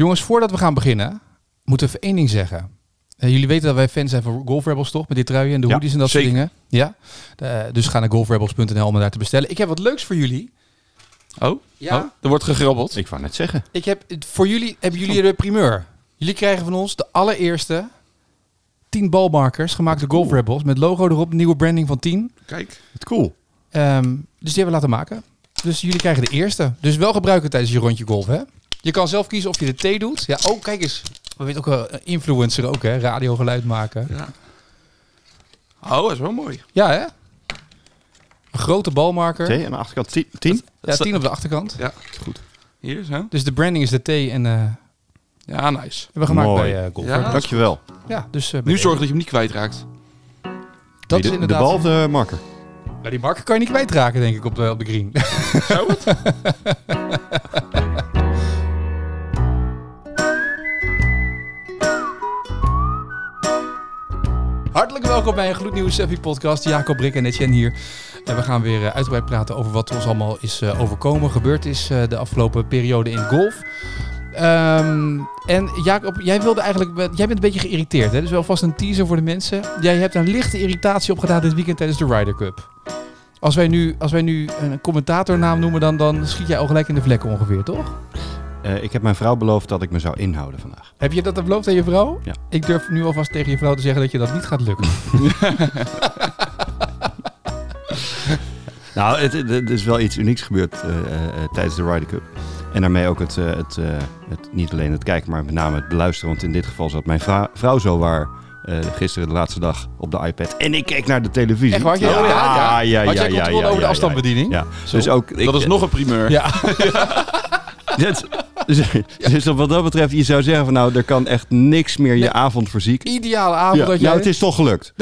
Jongens, voordat we gaan beginnen, moeten we even één ding zeggen. Jullie weten dat wij fan zijn van Golf Rebels, toch? Met dit truien en de hoodies en dat soort dingen. Ja. Dus ga naar golfrebels.nl om daar te bestellen. Ik heb wat leuks voor jullie. Oh? Ja. Oh, er wordt gegrabbeld. Ik wou net zeggen. Ik heb voor jullie, hebben jullie de primeur. Jullie krijgen van ons de allereerste 10 balmarkers gemaakt door Golf Rebels. Met logo erop, nieuwe branding van 10. Kijk. Het cool. Dus die hebben we laten maken. Dus jullie krijgen de eerste. Dus wel gebruiken tijdens je rondje golf, hè? Je kan zelf kiezen of je de T doet. Ja, oh, kijk eens. We weten ook wel, influencer ook, hè? Radiogeluid maken. Ja. Oh, dat is wel mooi. Ja, hè? Een grote balmarker. T aan de achterkant 10? Ja, 10 op de achterkant. Ja, goed. Hier zo. Dus de branding is de T en Ja, nice. hebben we gemaakt Mooi. bij Golf Ja. Rebels. Dankjewel. Ja, dus Nu zorg dat je hem niet kwijtraakt. dat is de inderdaad. bal of de marker? Nou, die marker kan je niet kwijtraken, denk ik, op de green. Zou het? Hartelijk welkom bij een gloednieuwe Seffi-podcast. Jacob, Rick en Etienne hier. En we gaan weer uitgebreid praten over wat ons allemaal is overkomen, gebeurd is de afgelopen periode in golf. En Jacob, jij bent een beetje geïrriteerd, hè? Dus wel vast een teaser voor de mensen. Jij hebt een lichte irritatie opgedaan dit weekend tijdens de Ryder Cup. Als wij nu een commentatornaam noemen, dan schiet jij al gelijk in de vlekken ongeveer, toch? Ik heb mijn vrouw beloofd dat ik me zou inhouden vandaag. Heb je dat beloofd aan je vrouw? Ja. Ik durf nu alvast tegen je vrouw te zeggen dat je dat niet gaat lukken. Nou, het is wel iets unieks gebeurd tijdens de Ryder Cup. En daarmee ook het niet alleen het kijken, maar met name het beluisteren. Want in dit geval zat mijn vrouw zo waar gisteren de laatste dag op de iPad. En ik keek naar de televisie. Echt waar? Ja. Had jij controle over de afstandsbediening? Ja. Zo. Dus ook, Dat is nog een primeur. Ja. Dus wat dat betreft, je zou zeggen van nou, er kan echt niks meer je avond verzieken. Ideale avond Ja. dat jij... Nou, het is toch gelukt.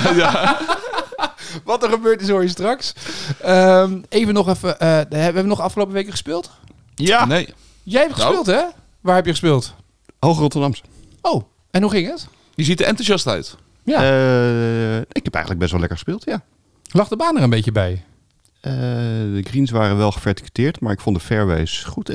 Wat er gebeurd is hoor je straks. Even nog even... hebben we nog afgelopen weken gespeeld? Ja. Nee. Jij hebt gespeeld, hè? Waar heb je gespeeld? Hoog Rotterdamse. Oh, en hoe ging het? Je ziet er enthousiast uit. Ja. Ik heb eigenlijk best wel lekker gespeeld, ja. Lag de baan er een beetje bij? De greens waren wel geverticuteerd, maar ik vond de fairways goed.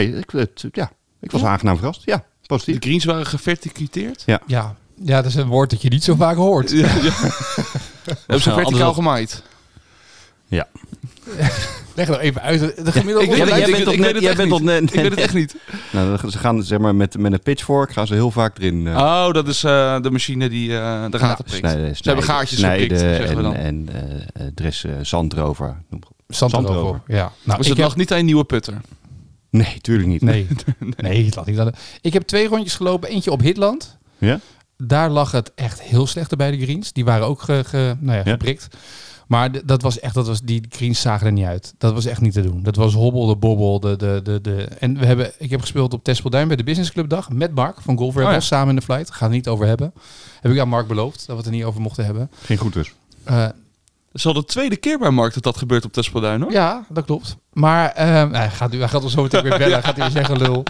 Ik was aangenaam verrast. Ja, positief. De greens waren geverticuteerd. Ja, dat is een woord dat je niet zo vaak hoort. Ja. Hebben ze verticaal gemaaid? Ja. Leg nog even uit. De gemiddelde... Ik weet het echt niet. Nou, ze gaan zeg maar met een pitchfork gaan ze heel vaak erin. Oh, dat is de machine die de gaten prikt. Snijden, Ze hebben gaatjes geprikt, zeggen we dan. en dressen, zandrover. Zandrover. Ja. Nou, Dus het lag niet aan een nieuwe putter. Nee, tuurlijk niet. Nee, het lag niet aan. Ik heb 2 rondjes gelopen. Eentje op Hitland. Ja? Daar lag het echt heel slecht bij de greens. Die waren ook geprikt. Maar die greens zagen er niet uit. Dat was echt niet te doen. Dat was hobbel, de bobbel. En ik heb gespeeld op Tespelduin bij de Business Club dag met Mark van Golf Rebels samen in de flight. Ga het niet over hebben. Heb ik aan Mark beloofd dat we het er niet over mochten hebben. Ging goed dus. Het is al de tweede keer bij Mark dat gebeurt op Tespelduin, hoor. Ja, dat klopt. Maar hij gaat ons zo meteen weer bellen. Gaat hij weer zeggen lul.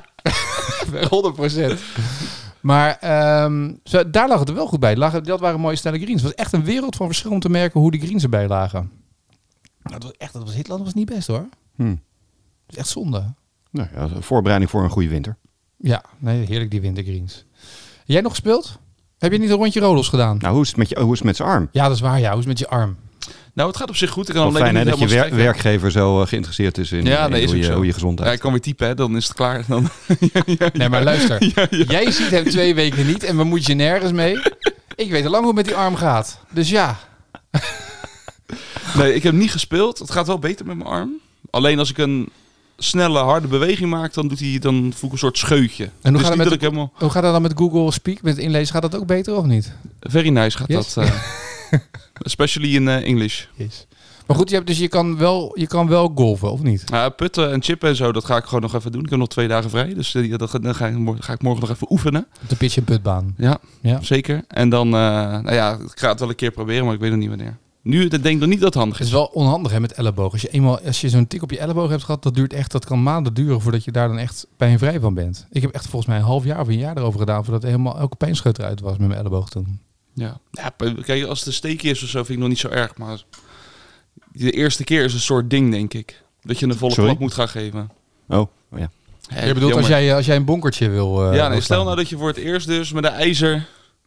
100%. Maar daar lag het er wel goed bij. Dat waren mooie snelle greens. Het was echt een wereld van verschil om te merken hoe de greens erbij lagen. Dat was Hitland was niet best hoor. Dat is echt zonde. Nou ja, voorbereiding voor een goede winter. Ja, nee, heerlijk die wintergreens. Jij nog gespeeld? Heb je niet een rondje Rodos gedaan? Nou, hoe is het met zijn arm? Ja, dat is waar. Ja, hoe is het met je arm? Nou, het gaat op zich goed. Ik kan Wel alleen fijn hè, niet dat je helemaal schrijven. werkgever zo geïnteresseerd is in, hoe je gezondheid. Ja, ik kan weer typen, hè. Dan is het klaar. Dan... Nee, maar luister. Jij ziet hem 2 weken niet en bemoeit je nergens mee. Ik weet al lang hoe het met die arm gaat. Dus ja. Nee, ik heb niet gespeeld. Het gaat wel beter met mijn arm. Alleen als ik een snelle, harde beweging maak, dan voel ik een soort scheutje. En hoe gaat dat dan met Google Speak, met het inlezen? Gaat dat ook beter of niet? Very nice gaat Yes. dat. Especially in English. Yes. Maar goed, je kan wel golven, of niet? Putten en chippen en zo, dat ga ik gewoon nog even doen. Ik heb nog 2 dagen vrij, dus dan ga ik morgen nog even oefenen. Op de pitch- en putbaan. Ja, Ja. zeker. En dan, ik ga het wel een keer proberen, maar ik weet nog niet wanneer. Nu denk ik nog niet dat het handig Het is. is wel onhandig hè, met elleboog. Als je zo'n tik op je elleboog hebt gehad, dat kan maanden duren voordat je daar dan echt pijnvrij van bent. Ik heb echt volgens mij een half jaar of een jaar erover gedaan voordat helemaal elke pijnscheut eruit was met mijn elleboog toen. Ja, kijk, als het een steekje is of zo, vind ik nog niet zo erg. Maar de eerste keer is een soort ding, denk ik. Dat je een volle klap moet gaan geven. Oh ja. Je bedoelt als jij een bonkertje wil... stel nou dat je voor het eerst dus met een ijzer...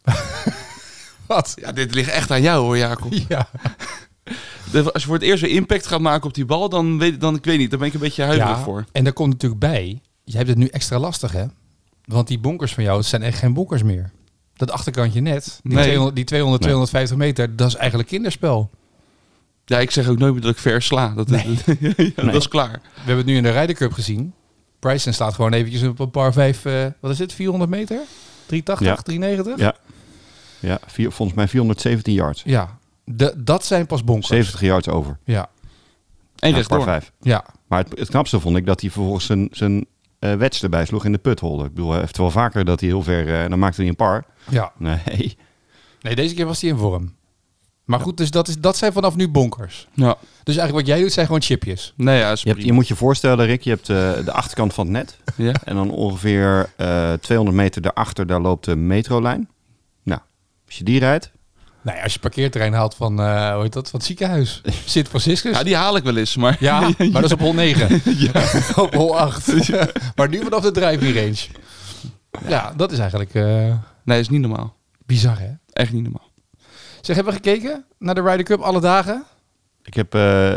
Wat? Ja, dit ligt echt aan jou hoor, Jacob. Ja. Als je voor het eerst weer impact gaat maken op die bal, dan ik weet niet, daar ben ik een beetje huiverig voor. En daar komt natuurlijk bij, je hebt het nu extra lastig hè. Want die bonkers van jou, het zijn echt geen bonkers meer. Dat achterkantje net, die 250 meter, dat is eigenlijk kinderspel. Ja, ik zeg ook nooit meer dat ik ver sla. Dat is klaar. We hebben het nu in de Ryder Cup gezien. Bryson staat gewoon eventjes op een par 5, wat is het, 400 meter? 380, 390? Ja, volgens mij 417 yards. Ja, dat zijn pas bonkers. 70 yards over. Ja. En rechtdoor. Par 5. Ja. Maar het knapste vond ik dat hij vervolgens zijn wedge erbij sloeg in de putholder. Ik bedoel, hij heeft wel vaker dat hij heel ver... en dan maakte hij een par. Ja. Nee, deze keer was hij in vorm. Maar goed, dus dat zijn vanaf nu bonkers. Ja. Dus eigenlijk wat jij doet zijn gewoon chipjes. Nee, ja, je moet je voorstellen, Rick, je hebt de achterkant van het net. Ja. En dan ongeveer 200 meter daarachter, daar loopt de metrolijn. Nou, als je die rijdt... Nou ja, als je parkeerterrein haalt van, hoe heet dat, van het ziekenhuis. Sint Franciscus. Ja, die haal ik wel eens, maar... Ja, maar dat is op hol 9. Ja. Op hol 8. Maar nu vanaf de driving range. Ja, dat is eigenlijk... Nee, dat is niet normaal. Bizar, hè? Echt niet normaal. Zeg, hebben we gekeken naar de Ryder Cup alle dagen? Ik heb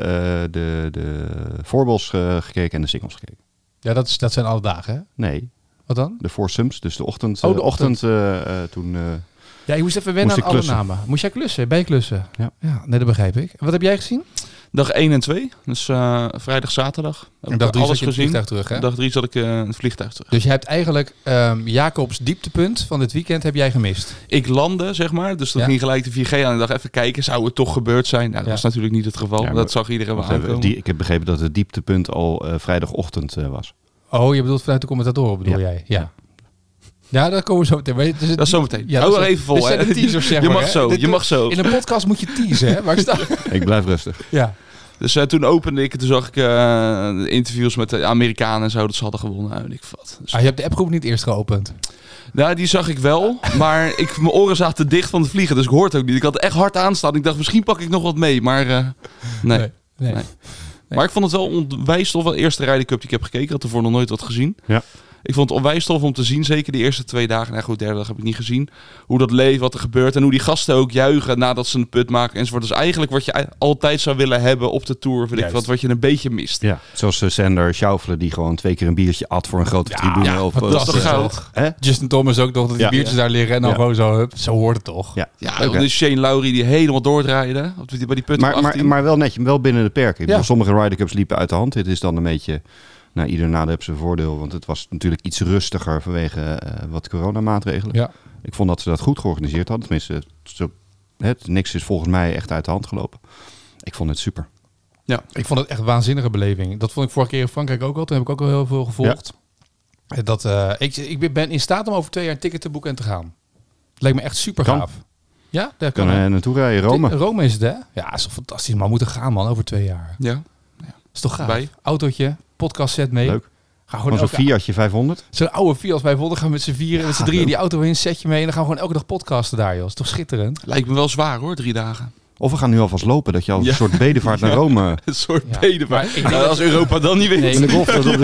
de voorbols gekeken en de singles gekeken. Ja, dat zijn alle dagen, hè? Nee. Wat dan? De foursums, dus de ochtend. De ochtend. Toen... Ja, je moest even wennen aan alle namen. Moest jij klussen? Ben je klussen? Ja. Nee, dat begrijp ik. Wat heb jij gezien? Dag 1 en 2. Dus vrijdag, zaterdag. En dag 3 zat je in het vliegtuig terug, hè? Dag 3 zat ik in het vliegtuig terug. Dus je hebt eigenlijk Jacobs dieptepunt van dit weekend heb jij gemist. Ik landde, zeg maar. Dus toen ging gelijk de 4G aan. En ik dacht, even kijken, zou het toch gebeurd zijn? Nou, dat was natuurlijk niet het geval. Ja, dat zag iedereen wel aankomen. Ik heb begrepen dat het dieptepunt al vrijdagochtend was. Oh, je bedoelt vanuit de commentatoren, bedoel jij? Ja. Ja, daar komen we zo meteen. Dus dat is zo meteen. Ja, hou er even vol. Dus de teasers, zeg je maar, mag zo, je mag zo. In een podcast moet je teasen, hè? Waar staat? Ik blijf rustig. Ja. Dus toen opende ik, toen zag ik de interviews met de Amerikanen en zo, dat ze hadden gewonnen. En ik vat. Dus... je hebt de appgroep niet eerst geopend? Ja, die zag ik wel, maar mijn oren zaten dicht van het vliegen, dus ik hoorde het ook niet. Ik had het echt hard aanstaan. Ik dacht, misschien pak ik nog wat mee, maar nee. Maar ik vond het wel onwijs tof. De eerste Ryder Cup die ik heb gekeken, ik had ervoor nog nooit wat gezien. Ja. Ik vond het onwijs tof om te zien, zeker de eerste 2 dagen. Nou goed, de derde dag heb ik niet gezien. Hoe dat leeft, wat er gebeurt en hoe die gasten ook juichen nadat ze een put maken enzovoort. Dus eigenlijk wat je altijd zou willen hebben op de Tour, vind ik, wat je een beetje mist. Ja, zoals Sander Schauffele die gewoon 2 keer een biertje at voor een grote tribune. Ja, dat is toch goud. Justin Thomas ook nog, dat die biertjes daar liggen en dan gewoon zo hoort het toch. Ja, dus Shane Lowry die helemaal doordraaide bij die put maar wel netjes, wel binnen de perken. Ik bedoel, sommige Ryder Cups liepen uit de hand. Dit is dan een beetje... Nou, ieder nadeel heeft zijn voordeel, want het was natuurlijk iets rustiger vanwege wat coronamaatregelen. Ja. Ik vond dat ze dat goed georganiseerd hadden. Tenminste, niks is volgens mij echt uit de hand gelopen. Ik vond het super. Ja, ik vond het echt een waanzinnige beleving. Dat vond ik vorige keer in Frankrijk ook al. Toen heb ik ook al heel veel gevolgd. Ja. Ik ben in staat om over 2 jaar een ticket te boeken en te gaan. Het lijkt me echt super gaaf. Ja, daar kan je naartoe rijden. Rome. Rome is het, hè? Ja, is toch fantastisch. Maar we moeten gaan, man, over 2 jaar. Ja. Is toch gaaf? Autootje, podcast set mee. Leuk. Ga gewoon zo'n Fiatje 500. Zo'n oude Fiat 500. Gaan we met z'n vieren, met z'n drieën die auto in, setje mee. En dan gaan we gewoon elke dag podcasten daar, joh. Is toch schitterend? Lijkt me wel zwaar, hoor, 3 dagen. Of we gaan nu alvast lopen, dat je al een soort bedevaart naar Rome... Een soort bedevaart. Als Europa dan niet wint. In de golf.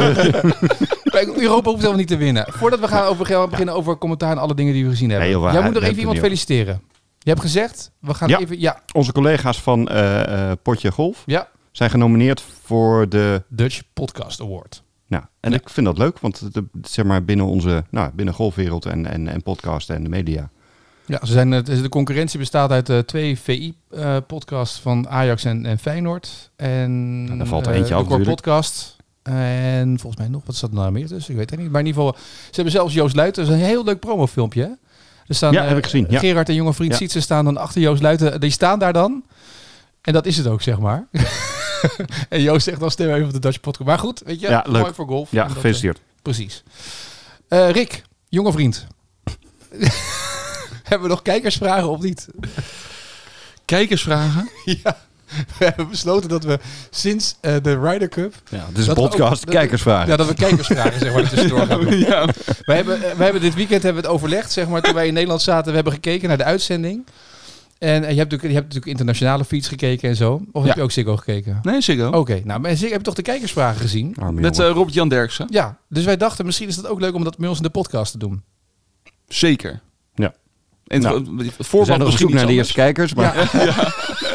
Europa hoeft helemaal niet te winnen. Voordat we gaan beginnen over commentaar en alle dingen die we gezien hebben. Nee, joh, jij moet nog even iemand feliciteren. Je hebt gezegd, we gaan even... Ja. Onze collega's van Potje Golf... Ja. zijn genomineerd voor de Dutch Podcast Award. Nou, en ik vind dat leuk, want zeg maar binnen onze binnen golfwereld en podcast en de media. Ja, de concurrentie bestaat uit 2 VI-podcasts van Ajax en Feyenoord. En daar valt er eentje af, de podcast. En volgens mij nog, wat staat er nou meer tussen? Ik weet het niet. Maar in ieder geval, ze hebben zelfs Joost Luiten. Dat is een heel leuk promofilmpje. Hè? Er staan, heb ik gezien. Ja. Gerard en jonge vriend Sietse staan dan achter Joost Luiten. Die staan daar dan. En dat is het ook, zeg maar. En Joost zegt dan stem even op de Dutch Podcast. Maar goed, weet je, leuk. mooi voor golf. Ja, gefeliciteerd. Precies. Rick, jonge vriend. Hebben we nog kijkersvragen of niet? Kijkersvragen? Ja. We hebben besloten dat we sinds de Ryder Cup... Ja, dus een podcast, kijkersvragen. Ja, dat we kijkersvragen zeg maar tussendoor gaan doen. Ja. We hebben dit weekend het overlegd, zeg maar, toen wij in Nederland zaten. We hebben gekeken naar de uitzending. En je hebt natuurlijk internationale feeds gekeken en zo. Of heb je ook Ziggo gekeken? Nee, Ziggo. Oké, nou, maar Ziggo heb je toch de kijkersvragen gezien? Met Robert-Jan Derksen. Ja, dus wij dachten misschien is het ook leuk om dat bij ons in de podcast te doen. Zeker. Ja. En we zijn nog op zoek naar de eerste kijkers. Maar... Ja.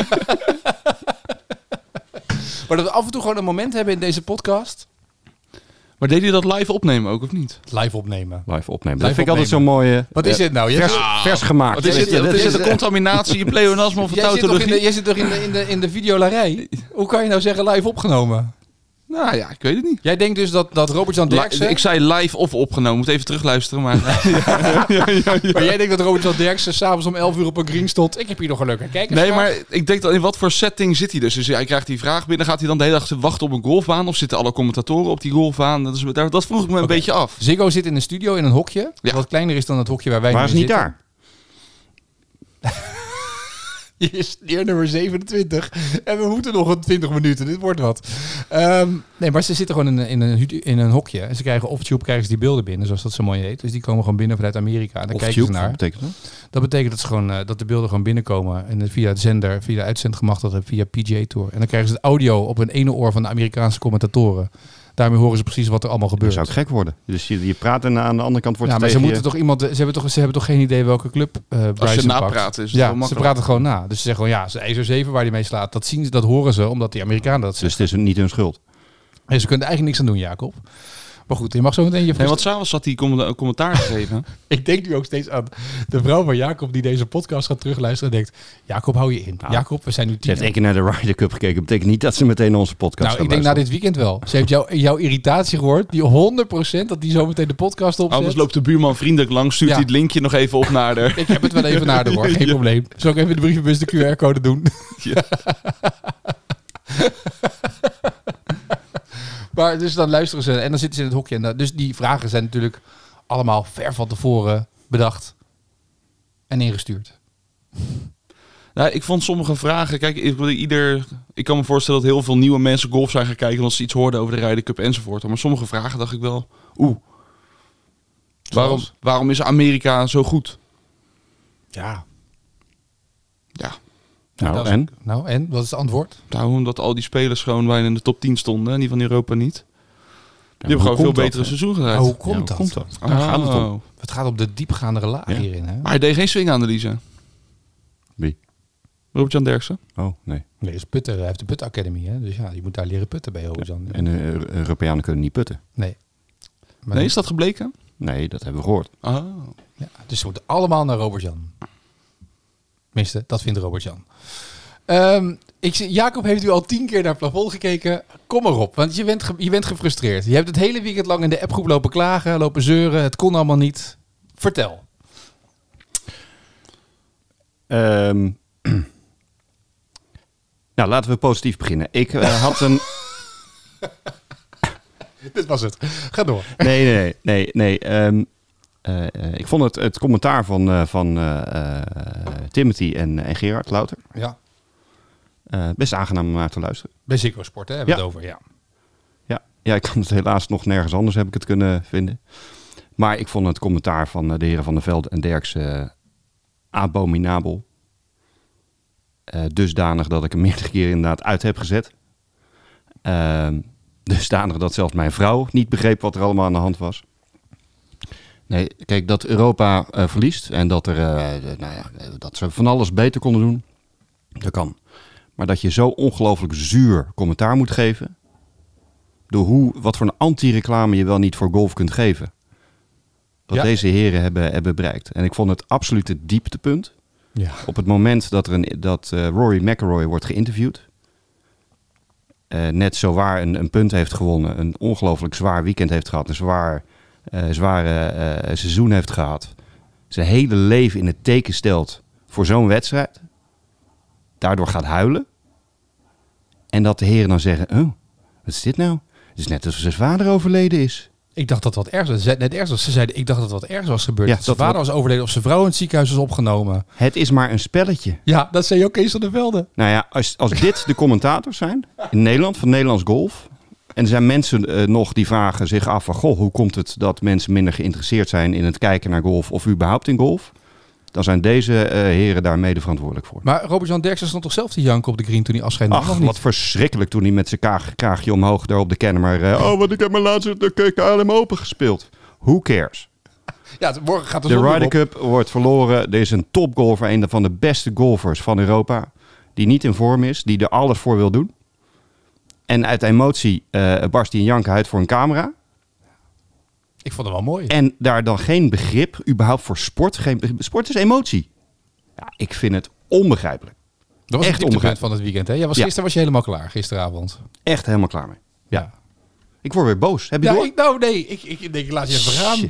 Maar dat we af en toe gewoon een moment hebben in deze podcast. Maar deed hij dat live opnemen ook, of niet? Live opnemen. Dat vind ik altijd zo'n mooie... Wat is dit nou? Vers gemaakt. Wat is dit? De contaminatie, pleonasme of tautologie? Jij zit toch in de videolarij? Hoe kan je nou zeggen live opgenomen? Nou ja, ik weet het niet. Jij denkt dus dat Robert-Jan Derksen... Ik zei live of opgenomen. Moet even terugluisteren, maar... Maar jij denkt dat Robert-Jan Derksen s'avonds om 11 uur op een green stond. Ik heb hier nog een leuke kijkersvraag. Nee, maar ik denk dat in wat voor setting zit hij dus? Dus hij krijgt die vraag binnen. Gaat hij dan de hele dag wachten op een golfbaan? Of zitten alle commentatoren op die golfbaan? Dat vroeg ik me een beetje af. Ziggo zit in een studio in een hokje. Wat kleiner is dan het hokje waar wij nu zitten. Waar is niet daar? Hier is neer nummer 27. En we moeten nog 20 minuten. Dit wordt wat. Nee, maar ze zitten gewoon in een hokje. En ze krijgen off-tube die beelden binnen, zoals dat zo mooi heet. Dus die komen gewoon binnen vanuit Amerika. En daar kijken ze naar. Wat betekent dat? Dat betekent dat, dat de beelden gewoon binnenkomen. En via het zender, via de uitzendgemacht, dat via PGA Tour. En dan krijgen ze het audio op hun ene oor van de Amerikaanse commentatoren. Daarmee horen ze precies wat er allemaal gebeurt. Dat zou het gek worden. Dus je praat en aan de andere kant wordt het maar ze moeten toch iemand... Ze hebben toch geen idee welke club als ze napraten is het wel makkelijk. Ze praten gewoon na. Dus ze zeggen gewoon, ja, ISO 7 waar die mee slaat. Dat zien ze, dat horen ze, omdat die Amerikanen dat zeggen. Dus het is niet hun schuld. Nee, ze kunnen er eigenlijk niks aan doen, Jacob. Maar goed, je mag zo meteen je... Nee, want s'avonds zat hij commentaar gegeven. Ik denk nu ook steeds aan de vrouw van Jacob die deze podcast gaat terugluisteren en denkt... Jacob, hou je in. Nou, Jacob, we zijn nu 10. Ze heeft 1 keer naar de Ryder Cup gekeken. Dat betekent niet dat ze meteen onze podcast Nou, ik denk na dit weekend wel. Ze heeft jouw irritatie gehoord. Die 100% dat die zo meteen de podcast opzet. Anders loopt de buurman vriendelijk langs. Stuurt hij het linkje nog even op naar haar. Ik heb het wel even naar haar hoor. Geen probleem. Zal ik even de brievenbus de QR-code doen? Ja. Maar dus dan luisteren ze en dan zitten ze in het hokje. En dus die vragen zijn natuurlijk allemaal ver van tevoren bedacht en ingestuurd. Nou, ik vond sommige vragen... Kijk, ik kan me voorstellen dat heel veel nieuwe mensen golf zijn gaan kijken... als ze iets hoorden over de Ryder Cup enzovoort. Maar sommige vragen dacht ik wel... Waarom is Amerika zo goed? Ja. Nou, en? Wat is het antwoord? Nou, omdat al die spelers gewoon bijna in de top 10 stonden. En die van Europa niet. Die hebben gewoon veel betere seizoen gedraaid. Hoe komt dat? Daar gaat het om. Het gaat om de diepgaandere laag hierin. Hè? Maar hij deed geen swing-analyse. Wie? Robert-Jan Derksen. Oh, nee. Nee, is putter. Hij heeft de Put Academy. Hè? Dus ja, je moet daar leren putten bij Robert-Jan. En de Europeanen kunnen niet putten. Nee. Maar is dat gebleken? Nee, dat hebben we gehoord. Ja, dus ze moeten allemaal naar Robert-Jan. Tenminste, dat vindt Robert-Jan. Jacob heeft u al 10 keer naar het plafond gekeken. Kom maar op, want je bent gefrustreerd. Je hebt het hele weekend lang in de appgroep lopen klagen, lopen zeuren. Het kon allemaal niet. Vertel. Nou, laten we positief beginnen. Ik had een... Dit was het. Ga door. Nee. Ik vond het commentaar van Timothy en Gerard Louter best aangenaam om naar te luisteren. Bij Ziggo Sport, hè? Hebben we het over, Ja, ik kan het helaas nog nergens anders heb ik het kunnen vinden. Maar ik vond het commentaar van de heren Van der Velde en Derksen abominabel. Dusdanig dat ik hem meerdere keren inderdaad uit heb gezet. Dusdanig dat zelfs mijn vrouw niet begreep wat er allemaal aan de hand was. Nee, kijk, dat Europa verliest en dat dat ze van alles beter konden doen, dat kan. Maar dat je zo ongelooflijk zuur commentaar moet geven, door wat voor een anti-reclame je wel niet voor golf kunt geven. Wat deze heren hebben bereikt. En ik vond het absoluut het dieptepunt. Ja. Op het moment dat Rory McIlroy wordt geïnterviewd, net zo waar een punt heeft gewonnen, een ongelooflijk zwaar weekend heeft gehad, een zware seizoen heeft gehad, zijn hele leven in het teken stelt voor zo'n wedstrijd, daardoor gaat huilen, en dat de heren dan zeggen, oh, wat is dit nou? Het is net alsof zijn vader overleden is. Ik dacht dat wat erger was. Net ergens was. Ze zeiden, ik dacht dat wat erger was gebeurd. Ja, zijn vader was overleden of zijn vrouw in het ziekenhuis was opgenomen. Het is maar een spelletje. Ja, dat zei ook Kees van der Velde. Nou ja, als dit de commentators zijn in Nederland, van Nederlands golf, en er zijn mensen nog die vragen zich af van, goh, hoe komt het dat mensen minder geïnteresseerd zijn in het kijken naar golf of überhaupt in golf? dan zijn deze heren daar mede verantwoordelijk voor. Maar Robert-Jan Derksen stond toch zelf te janken op de green toen hij afscheid nam? Ach, wat verschrikkelijk toen hij met zijn kraagje omhoog daar op de Kennemer... want ik heb mijn laatste KLM Open gespeeld. Who cares? Ja, morgen gaat de Ryder Cup wordt verloren. Er is een topgolfer, een van de beste golfers van Europa... die niet in vorm is, die er alles voor wil doen. En uit emotie barst hij in janken uit voor een camera... Ik vond het wel mooi. En daar dan geen begrip überhaupt voor sport. Sport is emotie. Ja, ik vind het onbegrijpelijk. Dat was echt het dieptepunt van het weekend. Hè? Gisteren was je helemaal klaar, gisteravond. Echt helemaal klaar mee. Ja. Ik word weer boos. Heb je door? Ik denk, laat je even gaan.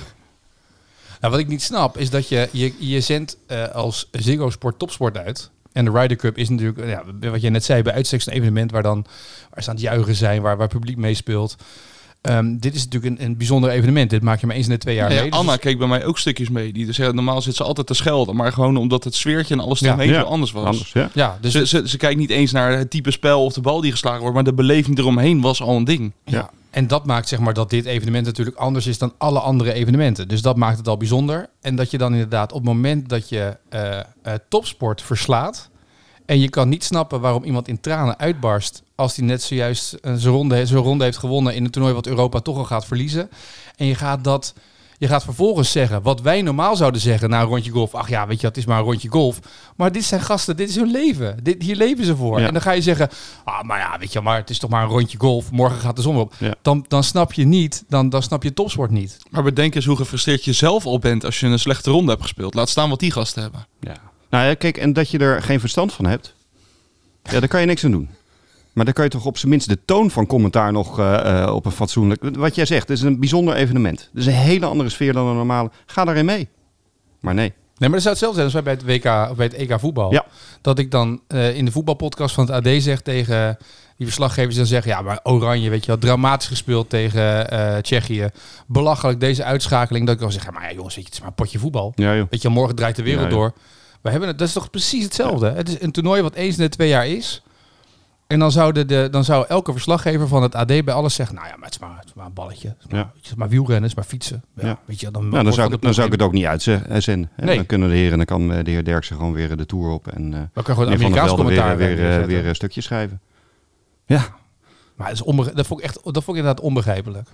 Nou, wat ik niet snap, is dat je zendt als Ziggo Sport topsport uit. En de Ryder Cup is natuurlijk, wat je net zei, bij uitstek een evenement waar ze aan het juichen zijn, waar publiek meespeelt. Dit is natuurlijk een bijzonder evenement. Dit maak je maar eens in de 2 jaar mee. Anna keek bij mij ook stukjes mee. Die zeggen, normaal zit ze altijd te schelden. Maar gewoon omdat het sfeertje en alles eromheen zo anders was. Dus ze kijkt niet eens naar het type spel of de bal die geslagen wordt. Maar de beleving eromheen was al een ding. Ja. En dat maakt zeg maar dat dit evenement natuurlijk anders is dan alle andere evenementen. Dus dat maakt het al bijzonder. En dat je dan inderdaad op het moment dat je topsport verslaat... en je kan niet snappen waarom iemand in tranen uitbarst... als hij net zojuist zijn ronde heeft gewonnen in een toernooi... wat Europa toch al gaat verliezen. En je gaat vervolgens zeggen... wat wij normaal zouden zeggen na een rondje golf... ach ja, weet je, het is maar een rondje golf. Maar dit zijn gasten, dit is hun leven. Hier leven ze voor. Ja. En dan ga je zeggen... maar ja, weet je, maar het is toch maar een rondje golf. Morgen gaat de zon op. Ja. Dan snap je niet, dan snap je topsport niet. Maar bedenk eens hoe gefrustreerd je zelf al bent... als je een slechte ronde hebt gespeeld. Laat staan wat die gasten hebben. Ja. Nou ja, kijk, en dat je er geen verstand van hebt... ja, daar kan je niks aan doen. Maar dan kan je toch op zijn minst de toon van commentaar nog op een fatsoenlijk... Wat jij zegt, het is een bijzonder evenement. Het is een hele andere sfeer dan een normale. Ga daarin mee. Maar nee. Nee, maar dat zou hetzelfde zijn als wij bij het WK of bij het EK voetbal. Ja. Dat ik dan in de voetbalpodcast van het AD zeg tegen die verslaggevers... dan zeggen, ja, maar Oranje, weet je wel, dramatisch gespeeld tegen Tsjechië. Belachelijk, deze uitschakeling. Dat ik dan zeg, maar ja, jongens, weet je, het is maar een potje voetbal. Ja, weet je, morgen draait de wereld door. We hebben het, dat is toch precies hetzelfde. Ja. Het is een toernooi wat eens in de 2 jaar is... En dan zou elke verslaggever van het AD bij alles zeggen... nou ja, maar het is maar een balletje. Het is maar wielrennen, het is maar fietsen. Ja. Weet je, dan zou ik het ook niet uitzenden. Nee. Dan kunnen de heren, dan kan de heer Derksen gewoon weer de Tour op. En dan kan gewoon Amerikaans commentaar weer een stukje schrijven. Ja. Maar dat vond ik inderdaad onbegrijpelijk.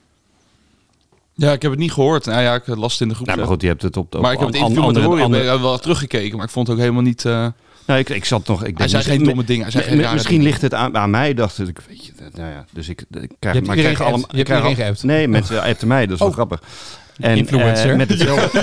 Ja, ik heb het niet gehoord. Nou ja, ik las het in de groep. Nou, maar goed, je hebt het op maar ik heb het interview met Rory wel teruggekeken. Maar ik vond het ook helemaal niet... Nou, ik zat nog... Hij zei geen domme dingen. Misschien ligt het aan mij, dacht ik. Weet je, nou ja, dus ik krijg... Je hebt iedereen geappt? Nee, mensen appten mij. Dat is wel grappig. En, influencer. Met hetzelfde.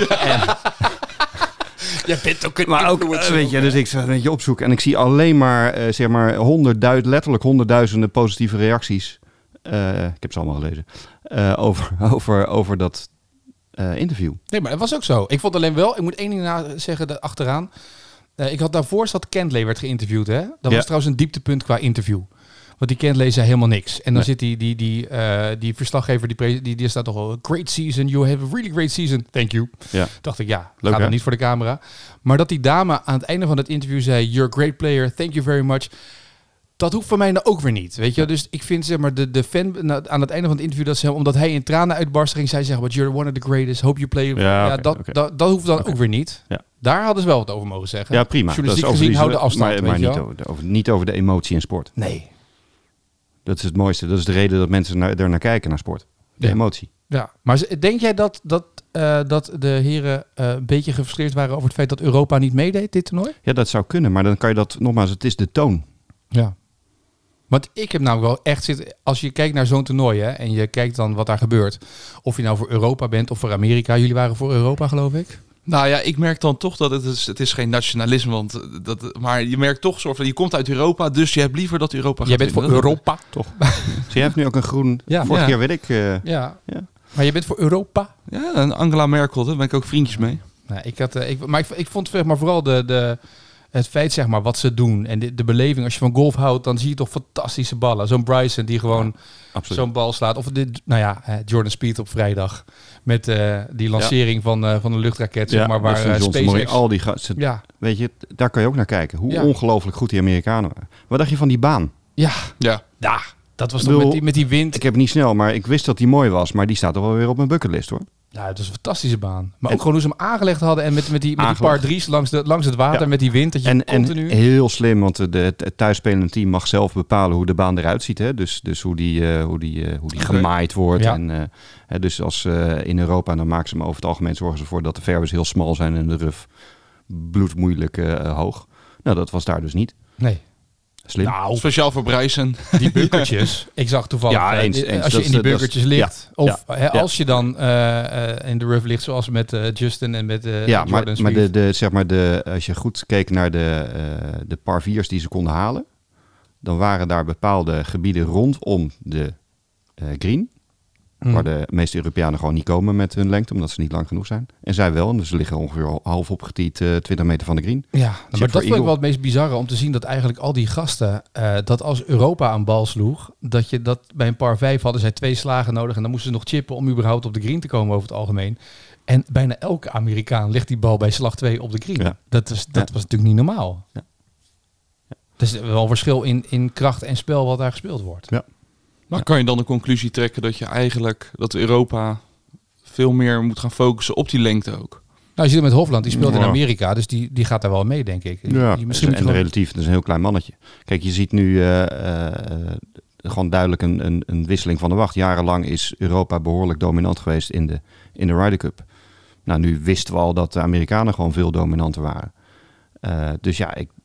Je bent ook een maar ook, weet je, dus ik zat een beetje opzoeken. En ik zie alleen maar, zeg maar, letterlijk honderdduizenden positieve reacties. Ik heb ze allemaal gelezen. Over dat interview. Nee, maar dat was ook zo. Ik vond alleen wel... Ik moet één ding zeggen achteraan. Ik had daarvoor dat Kentley werd geïnterviewd. Hè? Dat was trouwens een dieptepunt qua interview. Want die Kentley zei helemaal niks. En dan zit die verslaggever, die staat toch al... Great season, you have a really great season. Thank you. Ja. Dacht ik, ga dan niet voor de camera. Maar dat die dame aan het einde van het interview zei... You're a great player, thank you very much. Dat hoeft van mij nou ook weer niet, weet je. Ja. Dus ik vind, zeg maar, de fan aan het einde van het interview... dat ze, omdat hij in tranen uitbarstte, ging zij zeggen... But you're one of the greatest, hope you play... Dat hoeft dan ook weer niet. Ja. Daar hadden ze wel wat over mogen zeggen. Ja, prima. Journalistiek gezien houden afstand, maar niet over de emotie in sport. Nee. Dat is het mooiste. Dat is de reden dat mensen er naar kijken, naar sport. De emotie. Ja, maar denk jij dat de heren een beetje gefrustreerd waren... over het feit dat Europa niet meedeed, dit toernooi? Ja, dat zou kunnen. Maar dan kan je dat, nogmaals, het is de toon. Ja. Want ik heb nou wel echt als je kijkt naar zo'n toernooi en je kijkt dan wat daar gebeurt, of je nou voor Europa bent of voor Amerika. Jullie waren voor Europa, geloof ik. Nou ja, ik merk dan toch dat het is geen nationalisme, maar je merkt toch soort van je komt uit Europa, dus je hebt liever dat Europa gaat. Jij bent voor Europa, toch? Zie, jij hebt nu ook een groen. Vorig jaar weet ik. Ja. Maar je bent voor Europa. Ja, en Angela Merkel, daar ben ik ook vriendjes mee. Nou, ik vond vooral het feit, zeg maar, wat ze doen en de beleving. Als je van golf houdt, dan zie je toch fantastische ballen. Zo'n Bryson die gewoon zo'n bal slaat. Of Jordan Spieth op vrijdag. Met die lancering van een luchtraket, zeg maar. Waar SpaceX... Al die gasten. Weet je, daar kan je ook naar kijken. Hoe ongelooflijk goed die Amerikanen waren. Wat dacht je van die baan? Ja. Dat was toch met die wind. Ik heb niet snel, maar ik wist dat die mooi was. Maar die staat toch wel weer op mijn bucketlist, hoor. Ja, het was een fantastische baan. Maar ook gewoon hoe ze hem aangelegd hadden en met die par 3's langs het water met die wind. Dat je continu... En heel slim, want het thuisspelende team mag zelf bepalen hoe de baan eruit ziet. Hè? Dus hoe die gemaaid wordt. Ja. En, dus als in Europa, dan maken ze hem over het algemeen zorgen ze ervoor dat de fairways heel smal zijn en de rough bloedmoeilijk hoog. Nou, dat was daar dus niet. Nee. Slim. Nou, speciaal voor Bryson. Die bunkertjes. Ik zag toevallig, als je in die bunkertjes ligt, of als je dan in de rough ligt, zoals met Justin en met Jordan Spieth. Maar als je goed keek naar de par 4's die ze konden halen, dan waren daar bepaalde gebieden rondom de green, waar de meeste Europeanen gewoon niet komen met hun lengte, omdat ze niet lang genoeg zijn. En zij wel, dus ze liggen ongeveer half opgetiet 20 meter van de green. Ja, maar dat vond ik wel het meest bizarre om te zien dat eigenlijk al die gasten, dat als Europa aan bal sloeg, dat bij een par 5 hadden zij 2 slagen nodig en dan moesten ze nog chippen om überhaupt op de green te komen over het algemeen. En bijna elke Amerikaan legt die bal bij slag 2 op de green. Ja. Dat was natuurlijk niet normaal. Ja. Ja. Er is wel een verschil in kracht en spel wat daar gespeeld wordt. Ja. Maar kan je dan de conclusie trekken dat Europa veel meer moet gaan focussen op die lengte ook? Nou, je ziet het met Hofland, die speelt in Amerika, dus die gaat daar wel mee, denk ik. Ja, relatief, dat is een heel klein mannetje. Kijk, je ziet nu gewoon duidelijk een wisseling van de wacht. Jarenlang is Europa behoorlijk dominant geweest in de Ryder Cup. Nou, nu wisten we al dat de Amerikanen gewoon veel dominanter waren. Dus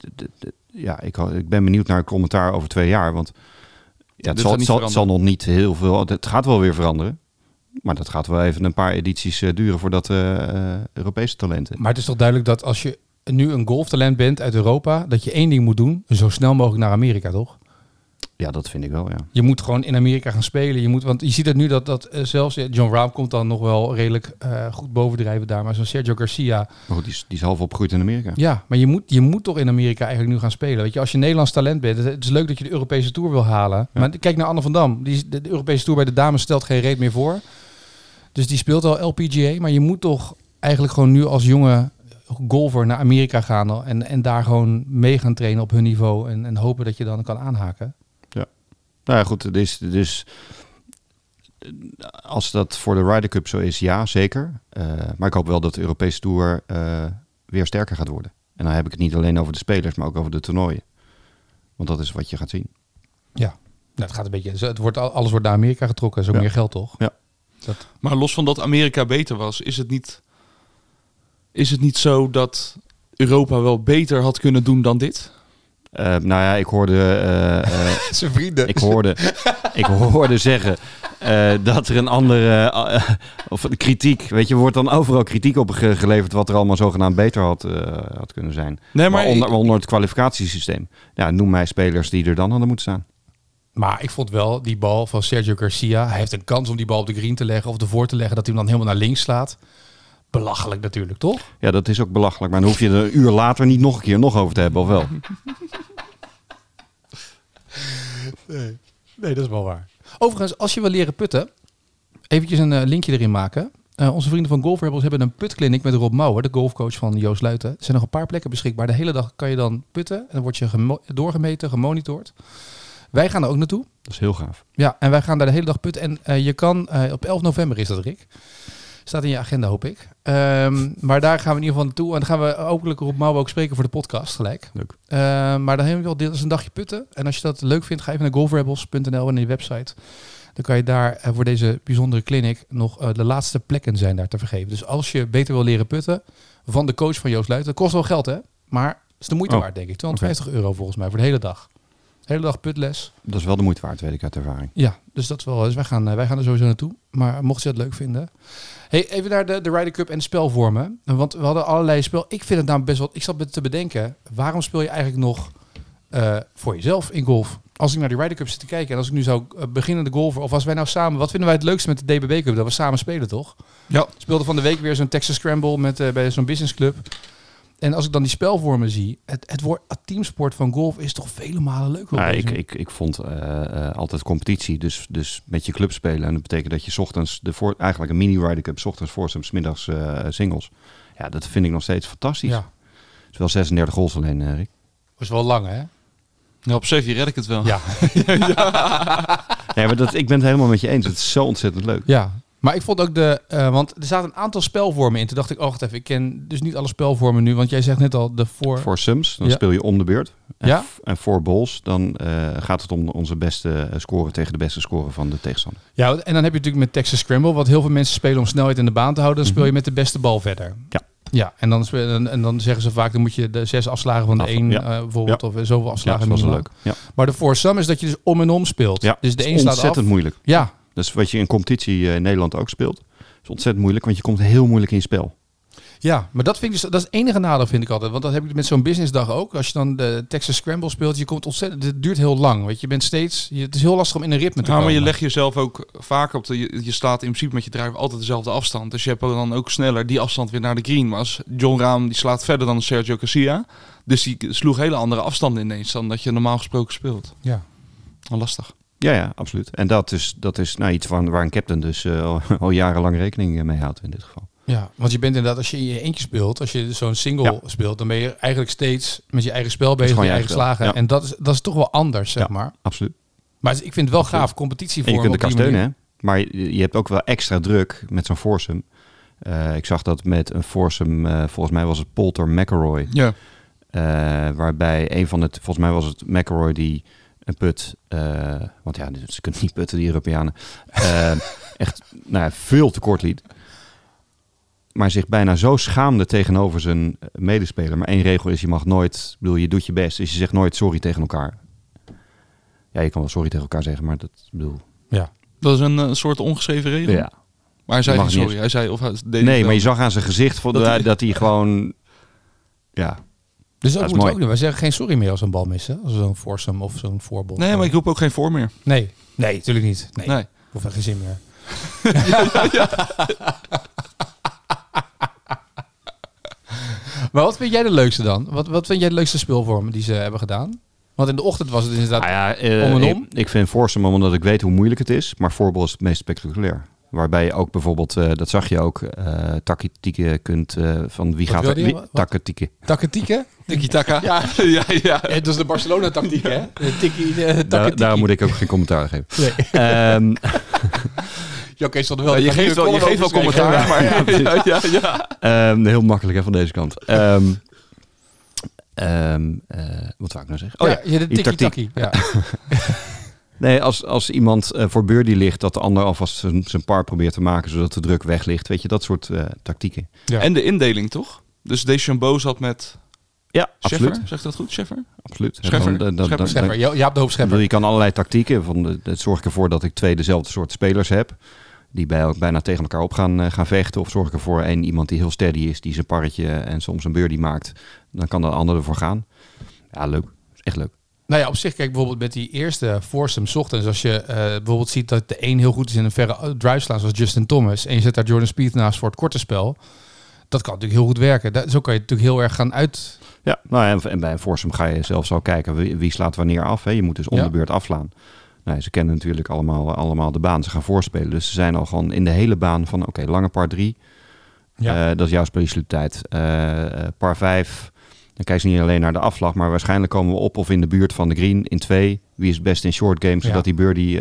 ik ben benieuwd naar een commentaar over 2 jaar, want ja, het zal nog niet heel veel. Het gaat wel weer veranderen. Maar dat gaat wel even een paar edities duren voordat Europese talenten. Maar het is toch duidelijk dat als je nu een golftalent bent uit Europa, dat je 1 ding moet doen, zo snel mogelijk naar Amerika, toch? Ja, dat vind ik wel, ja. Je moet gewoon in Amerika gaan spelen. Want je ziet het nu dat zelfs John Rahm komt dan nog wel redelijk goed bovendrijven daar. Maar zo'n Sergio Garcia... Maar goed, die is half opgegroeid in Amerika. Ja, maar je moet toch in Amerika eigenlijk nu gaan spelen. Weet je, als je Nederlands talent bent, het is leuk dat je de Europese Tour wil halen. Ja. Maar kijk naar Anne van Dam. De Europese Tour bij de dames stelt geen reet meer voor. Dus die speelt al LPGA. Maar je moet toch eigenlijk gewoon nu als jonge golfer naar Amerika gaan en daar gewoon mee gaan trainen op hun niveau. En hopen dat je dan kan aanhaken. Nou ja, goed, dus als dat voor de Ryder Cup zo is, ja, zeker. Maar ik hoop wel dat de Europese Tour weer sterker gaat worden. En dan heb ik het niet alleen over de spelers, maar ook over de toernooien. Want dat is wat je gaat zien. Ja, nou, het gaat een beetje. Alles wordt naar Amerika getrokken, is ook meer geld, toch? Ja. Maar los van dat Amerika beter was, is het niet zo dat Europa wel beter had kunnen doen dan dit? Nou ja, ik hoorde... zijn vrienden. Ik hoorde zeggen dat er een andere... of de kritiek, weet je, wordt dan overal kritiek op geleverd wat er allemaal zogenaamd beter had kunnen zijn. Nee, maar onder het kwalificatiesysteem. Ja, noem mij spelers die er dan hadden moeten staan. Maar ik vond wel die bal van Sergio Garcia. Hij heeft een kans om die bal op de green te leggen of ervoor te leggen, dat hij hem dan helemaal naar links slaat. Belachelijk natuurlijk, toch? Ja, dat is ook belachelijk. Maar dan hoef je er een uur later niet nog een keer over te hebben, of wel? Nee, dat is wel waar. Overigens, als je wil leren putten, eventjes een linkje erin maken. Onze vrienden van Golf Rebels hebben een putclinic met Rob Mouwer, de golfcoach van Joost Luiten. Er zijn nog een paar plekken beschikbaar. De hele dag kan je dan putten en dan word je doorgemeten, gemonitord. Wij gaan er ook naartoe. Dat is heel gaaf. Ja, en wij gaan daar de hele dag putten. En je kan, op 11 november is dat, Rick. Staat in je agenda, hoop ik. Maar daar gaan we in ieder geval naartoe. En dan gaan we hopelijk Rob Mouwen ook spreken voor de podcast gelijk. Leuk. Maar dan hebben we wel dit als een dagje putten. En als je dat leuk vindt, ga even naar golfrebels.nl en naar die website. Dan kan je daar voor deze bijzondere clinic nog de laatste plekken zijn daar te vergeven. Dus als je beter wil leren putten van de coach van Joost Luiten. Dat kost wel geld, hè? Maar het is de moeite waard, denk ik. €250 volgens mij voor de hele dag. De hele dag putles. Dat is wel de moeite waard, weet ik uit ervaring. Ja, dus dat is wel. Dus wij gaan er sowieso naartoe. Maar mocht je dat leuk vinden. Hey, even naar de Ryder Cup en de spelvormen. Want we hadden allerlei spel. Ik vind het nou best wel. Ik zat te bedenken. Waarom speel je eigenlijk nog voor jezelf in golf? Als ik naar die Ryder Cup zit te kijken en als ik nu zou beginnen de golfer, of als wij nou samen, wat vinden wij het leukste met de DBB Cup? Dat we samen spelen, toch? Ja. We speelden van de week weer zo'n Texas Scramble bij zo'n business club. En als ik dan die spelvormen zie, het teamsport van golf is toch vele malen leuker. Ja, ik vond altijd competitie, dus met je club spelen. En dat betekent dat je 's ochtends, eigenlijk een mini-Ryder Cup, 's ochtends foursomes, 's middags singles. Ja, dat vind ik nog steeds fantastisch. Ja. Het is wel 36 holes alleen, Rick. Dat is wel lang, hè? Ja, op 7 red ik het wel. Ja. Ja, maar ik ben het helemaal met je eens. Het is zo ontzettend leuk. Ja. Maar ik vond ook want er zaten een aantal spelvormen in. Toen dacht ik, wacht even, ik ken dus niet alle spelvormen nu. Want jij zegt net al, voor sums, dan speel je om de beurt. En voor balls, dan gaat het om onze beste score tegen de beste score van de tegenstander. Ja, en dan heb je natuurlijk met Texas Scramble, wat heel veel mensen spelen om snelheid in de baan te houden. Dan speel je met de beste bal verder. Ja, en dan zeggen ze vaak, dan moet je de 6 afslagen van de 1 bijvoorbeeld, of zoveel afslagen. Dat was leuk. Ja. Maar de foursome is dat je dus om en om speelt. Ja, dus de een slaat af. Ontzettend moeilijk. Ja. Dus wat je in competitie in Nederland ook speelt, is ontzettend moeilijk, want je komt heel moeilijk in je spel. Ja, maar dat vind ik dus, dat is het enige nadeel, vind ik altijd. Want dat heb ik met zo'n businessdag ook. Als je dan de Texas Scramble speelt, je komt ontzettend, het duurt heel lang. Weet je, bent steeds, het is heel lastig om in een ritme te komen. Maar je legt jezelf ook vaak op je staat in principe met je driver altijd dezelfde afstand. Dus je hebt dan ook sneller die afstand weer naar de green. Maar als Jon Rahm, die slaat verder dan Sergio Garcia. Dus die sloeg hele andere afstanden ineens dan dat je normaal gesproken speelt. Ja. Lastig. Ja, absoluut. En dat is iets waar een captain dus al jarenlang rekening mee houdt in dit geval. Ja, want je bent inderdaad, als je in je eentje speelt, als je zo'n single speelt, dan ben je eigenlijk steeds met je eigen spel bezig, je eigen slagen. Ja. En dat is toch wel anders, zeg maar. Absoluut. Maar ik vind het wel gaaf, competitievorm. En je kunt elkaar steunen, hè? Maar je hebt ook wel extra druk met zo'n foursome. Ik zag dat met een foursome, volgens mij was het Poulter McIlroy. Ja. Waarbij volgens mij was het McIlroy die een put, want ja, ze kunnen niet putten, die Europeanen, echt veel te kort liet. Maar zich bijna zo schaamde tegenover zijn medespeler. Maar één regel is, je mag nooit, je doet je best. Dus je zegt nooit sorry tegen elkaar. Ja, je kan wel sorry tegen elkaar zeggen, maar Ja. Dat is een soort ongeschreven regel? Ja. Maar hij zei geen sorry. Hij zei, maar je zag aan zijn gezicht dat hij gewoon, ja... Dus dat moeten we ook doen. Wij zeggen geen sorry meer als een bal missen. Als zo'n foursome of zo'n voorbal. Nee, maar ik roep ook geen voor meer. Nee, natuurlijk niet. Nee. Hoeft geen zin meer. Maar wat vind jij de leukste dan? Wat vind jij de leukste speelvorm die ze hebben gedaan? Want in de ochtend was het inderdaad om en om. Ik vind foursome omdat ik weet hoe moeilijk het is. Maar voorbal is het meest spectaculair. Waarbij je ook bijvoorbeeld, dat zag je ook, tactieken kunt van wie gaat er... Tactieken? Tiki-taka? Ja. Dat is de Barcelona-tactiek, hè? Daar moet ik ook geen commentaar geven. Nee. Oké, je geeft wel commentaar, maar... heel makkelijk hè, van deze kant. Wat wou ik nou zeggen? De tiki-taki. Ja. Nee, als iemand voor birdie ligt, dat de ander alvast zijn par probeert te maken, zodat de druk weg ligt. Weet je, dat soort tactieken. Ja. En de indeling, toch? Dus Deschambeau zat met... Ja, Scheffer, absoluut. Zegt dat goed, Scheffer? Absoluut. Scheffer. Jaap de Hoop Scheffer. Je kan allerlei tactieken. Het zorg ik ervoor dat ik 2 dezelfde soort spelers heb. Die bijna tegen elkaar op gaan vechten. Of zorg ik ervoor iemand die heel steady is. Die zijn parretje en soms een birdie maakt. Dan kan de ander ervoor gaan. Ja, leuk. Is echt leuk. Nou ja, op zich, kijk bijvoorbeeld met die eerste foursome 's ochtends. Als je bijvoorbeeld ziet dat de een heel goed is in een verre drive slaan, zoals Justin Thomas. En je zet daar Jordan Spieth naast voor het korte spel. Dat kan natuurlijk heel goed werken. Zo kan je natuurlijk heel erg gaan uit... Ja, en bij een foursome ga je zelfs al kijken wie slaat wanneer af. Hè. Je moet dus om de beurt afslaan. Nou, ze kennen natuurlijk allemaal de baan. Ze gaan voorspelen. Dus ze zijn al gewoon in de hele baan van oké, lange par 3. Ja. Dat is jouw specialiteit. Par 5. Dan kijken ze niet alleen naar de afslag, maar waarschijnlijk komen we op of in de buurt van de green in 2. Wie is het beste in short game, zodat die birdie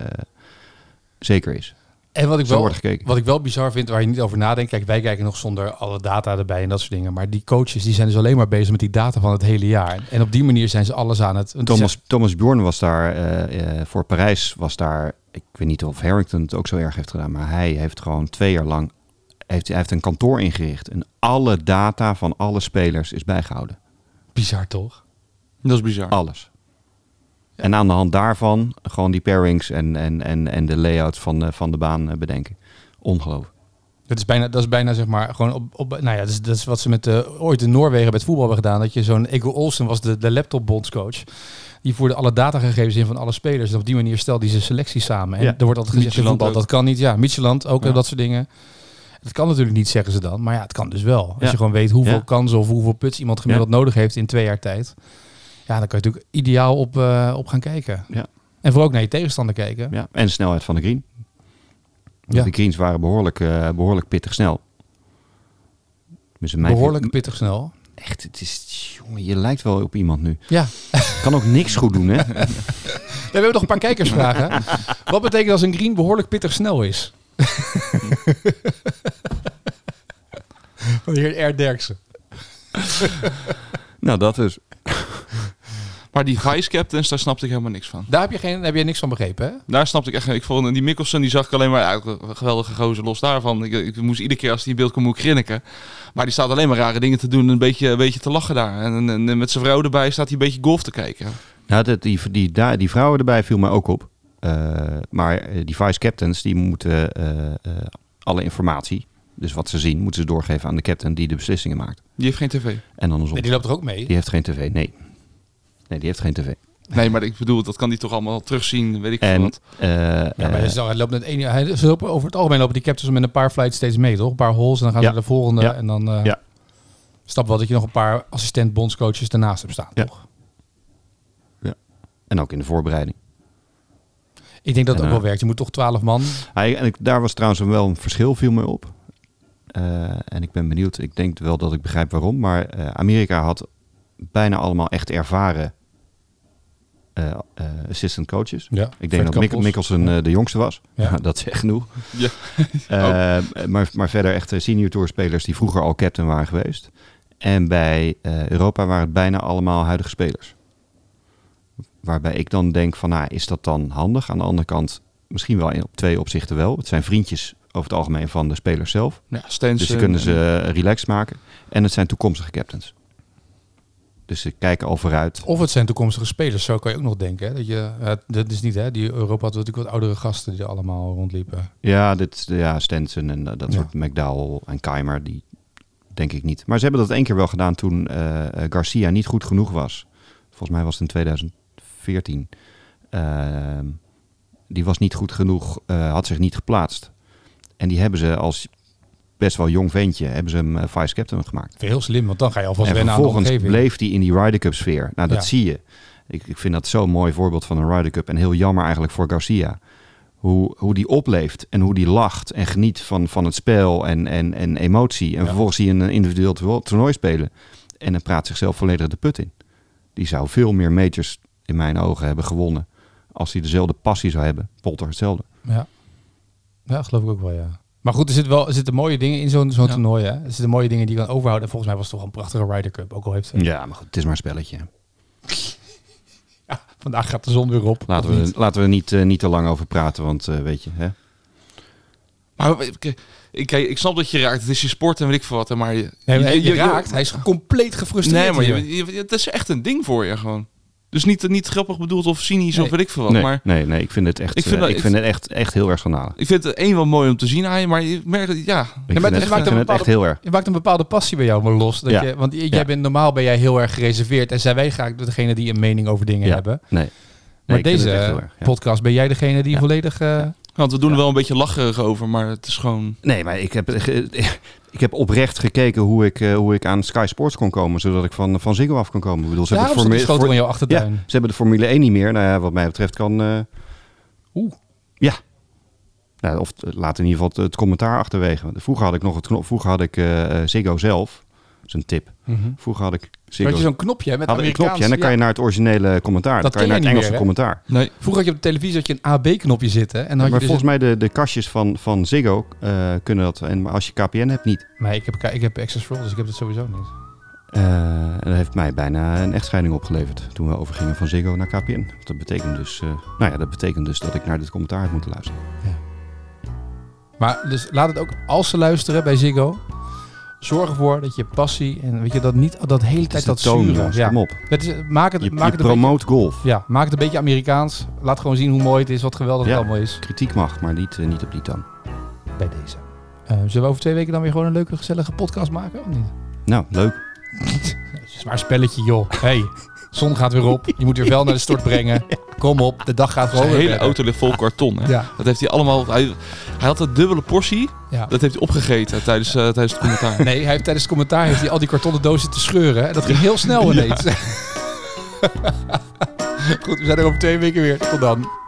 zeker is. En wat ik wel bizar vind, waar je niet over nadenkt. Kijk, wij kijken nog zonder alle data erbij en dat soort dingen. Maar die coaches die zijn dus alleen maar bezig met die data van het hele jaar. En op die manier zijn ze alles aan het... Thomas Bjorn was daar, voor Parijs was daar... Ik weet niet of Harrington het ook zo erg heeft gedaan. Maar hij heeft gewoon 2 jaar lang... Hij heeft een kantoor ingericht. En alle data van alle spelers is bijgehouden. Bizar toch? Dat is bizar. Alles. Ja. En aan de hand daarvan gewoon die pairings en de layout van de baan bedenken. Ongelooflijk. Dat is bijna zeg maar gewoon dat is wat ze met ooit in Noorwegen met voetbal hebben gedaan. Dat je zo'n Ego Olsen was de laptopbondscoach. Die voerde alle datagegevens in van alle spelers. En op die manier stelde hij zijn selectie samen. En er wordt altijd gezegd in voetbal, dat kan niet. Ja, Micheland ook, dat soort dingen. Dat kan natuurlijk niet, zeggen ze dan. Maar ja, het kan dus wel. Als je gewoon weet hoeveel kansen of hoeveel puts iemand gemiddeld nodig heeft in 2 jaar tijd. Ja, dan kan je natuurlijk ideaal op gaan kijken. Ja. En vooral ook naar je tegenstander kijken. Ja, en de snelheid van de green. De greens waren behoorlijk pittig snel. Behoorlijk pittig snel? Echt, het is... Jongen, je lijkt wel op iemand nu. Ja. Kan ook niks goed doen, hè? We hebben nog een paar kijkersvragen. Wat betekent als een green behoorlijk pittig snel is? Van de heer R. Derksen. Nou, dat is... Maar die vice-captains, daar snapte ik helemaal niks van. Daar heb je niks van begrepen, hè? Daar snapte ik echt... Ik vond die Mikkelsen, die zag ik alleen maar... een geweldige gozer los daarvan. Ik moest iedere keer als hij in beeld kwam, moet ik grinniken. Maar die staat alleen maar rare dingen te doen en een beetje te lachen daar. En met zijn vrouw erbij staat hij een beetje golf te kijken. Nou, die vrouwen erbij viel mij ook op. Maar die vice-captains, die moeten alle informatie... Dus wat ze zien, moeten ze doorgeven aan de captain die de beslissingen maakt. Die heeft geen tv. En andersom. Nee, die loopt er ook mee? Die heeft geen tv, nee. Nee, die heeft geen tv. Nee, maar ik bedoel, dat kan die toch allemaal terugzien, weet ik veel wat. Maar hij loopt net over het algemeen lopen die captains met een paar flights steeds mee, toch? Een paar holes en dan gaan ze naar de volgende. Ja. En dan stap wel dat je nog een paar assistent-bondscoaches ernaast hebt staan, toch? Ja. En ook in de voorbereiding. Ik denk dat het ook wel werkt. Je moet toch 12 man. Daar was trouwens wel een verschil, viel me op. En ik ben benieuwd. Ik denk wel dat ik begrijp waarom. Maar Amerika had bijna allemaal echt ervaren assistant coaches. Ja, ik denk dat Mickelson de jongste was. Ja. Dat zegt genoeg. Ja. Maar verder echt senior tour spelers die vroeger al captain waren geweest. En bij Europa waren het bijna allemaal huidige spelers. Waarbij ik dan denk van, is dat dan handig? Aan de andere kant misschien wel op 2 opzichten wel. Het zijn vriendjes over het algemeen van de spelers zelf. Ja, dus die kunnen ze relaxed maken. En het zijn toekomstige captains. Dus ze kijken al vooruit. Of het zijn toekomstige spelers, zo kan je ook nog denken. Hè? Dat is niet, hè? Die Europa had natuurlijk wat oudere gasten die allemaal rondliepen. Ja, Stenson en dat soort McDowell en Keimer, die denk ik niet. Maar ze hebben dat 1 keer wel gedaan toen Garcia niet goed genoeg was. Volgens mij was het in 2014. Die was niet goed genoeg, had zich niet geplaatst. En die hebben ze als best wel jong ventje, hebben ze hem vice-captain gemaakt. Heel slim, want dan ga je alvast wennen aan de omgeving. En vervolgens bleef hij in die Ryder Cup sfeer. Nou, dat zie je. Ik vind dat zo'n mooi voorbeeld van een Ryder Cup. En heel jammer eigenlijk voor Garcia. Hoe die opleeft en hoe die lacht en geniet van het spel en emotie. En vervolgens zie je een individueel toernooi spelen. En dan praat zichzelf volledig de put in. Die zou veel meer majors in mijn ogen hebben gewonnen. Als hij dezelfde passie zou hebben. Polter hetzelfde. Ja, geloof ik ook wel, ja. Maar goed, er zitten mooie dingen in zo'n toernooi. Hè? Er zitten mooie dingen die je kan overhouden. En volgens mij was het toch een prachtige Ryder Cup. Ook al heeft Ja, maar goed, het is maar een spelletje. Ja, vandaag gaat de zon weer op. Laten we niet te lang over praten, want weet je... Hè? Maar ik snap dat je raakt. Het is je sport en weet ik veel wat. Maar je raakt. Hij is compleet gefrustreerd. Nee, maar het is echt een ding voor je gewoon. Dus niet grappig bedoeld of cynisch of weet ik veel wat. Nee, ik vind het echt, ik vind het echt heel erg schandalig. Ik vind het wel mooi om te zien aan je, maar je merkt dat, het echt heel erg. Je maakt een bepaalde passie bij jou maar los. Want normaal ben jij heel erg gereserveerd en zijn wij graag degene die een mening over dingen hebben. Maar deze podcast ben jij degene die volledig... Want we doen er wel een beetje lacherig over, maar het is gewoon... Nee, maar ik heb oprecht gekeken hoe ik aan Sky Sports kon komen, zodat ik van Ziggo af kon komen. Ik bedoel, ze hebben in jouw achtertuin. Ze hebben de Formule 1 niet meer. Nou ja, wat mij betreft kan... Ja. Nou, of laat in ieder geval het commentaar achterwege. Vroeger had ik Ziggo zelf. Dat is een tip. Vroeger had ik Ziggo. Had je zo'n knopje met Amerikaans... Een knopje en dan kan je naar het originele commentaar. Dan kan je naar het Engelse commentaar. Nee. Vroeger had je op de televisie een AB-knopje zitten. En dan maar volgens mij de kastjes van Ziggo kunnen dat. Maar als je KPN hebt, niet. Nee, ik heb Access for All, dus ik heb dat sowieso niet. En dat heeft mij bijna een echtscheiding opgeleverd. Toen we overgingen van Ziggo naar KPN. Dat betekent dus dat ik naar dit commentaar heb moeten luisteren. Ja. Maar dus laat het ook, als ze luisteren bij Ziggo... Zorg ervoor dat je passie en weet je dat niet dat hele tijd dat zuren. Ja. Kom op. Maak het promoot golf. Ja, maak het een beetje Amerikaans. Laat gewoon zien hoe mooi het is, wat geweldig het allemaal is. Kritiek mag, maar niet op die toon. Bij deze. Zullen we over 2 weken dan weer gewoon een leuke, gezellige podcast maken of niet? Nou, leuk. Zwaar spelletje, joh. Hey, zon gaat weer op. Je moet weer wel naar de stort brengen. Kom op, de dag gaat gewoon weer. De hele auto ligt vol karton. Hè? Ja. Dat heeft hij allemaal... Hij had een dubbele portie. Ja. Dat heeft hij opgegeten tijdens het commentaar. Nee, tijdens het commentaar heeft hij al die kartonnen dozen te scheuren. En dat ging heel snel ineens. Goed, we zijn er over 2 weken weer. Tot dan.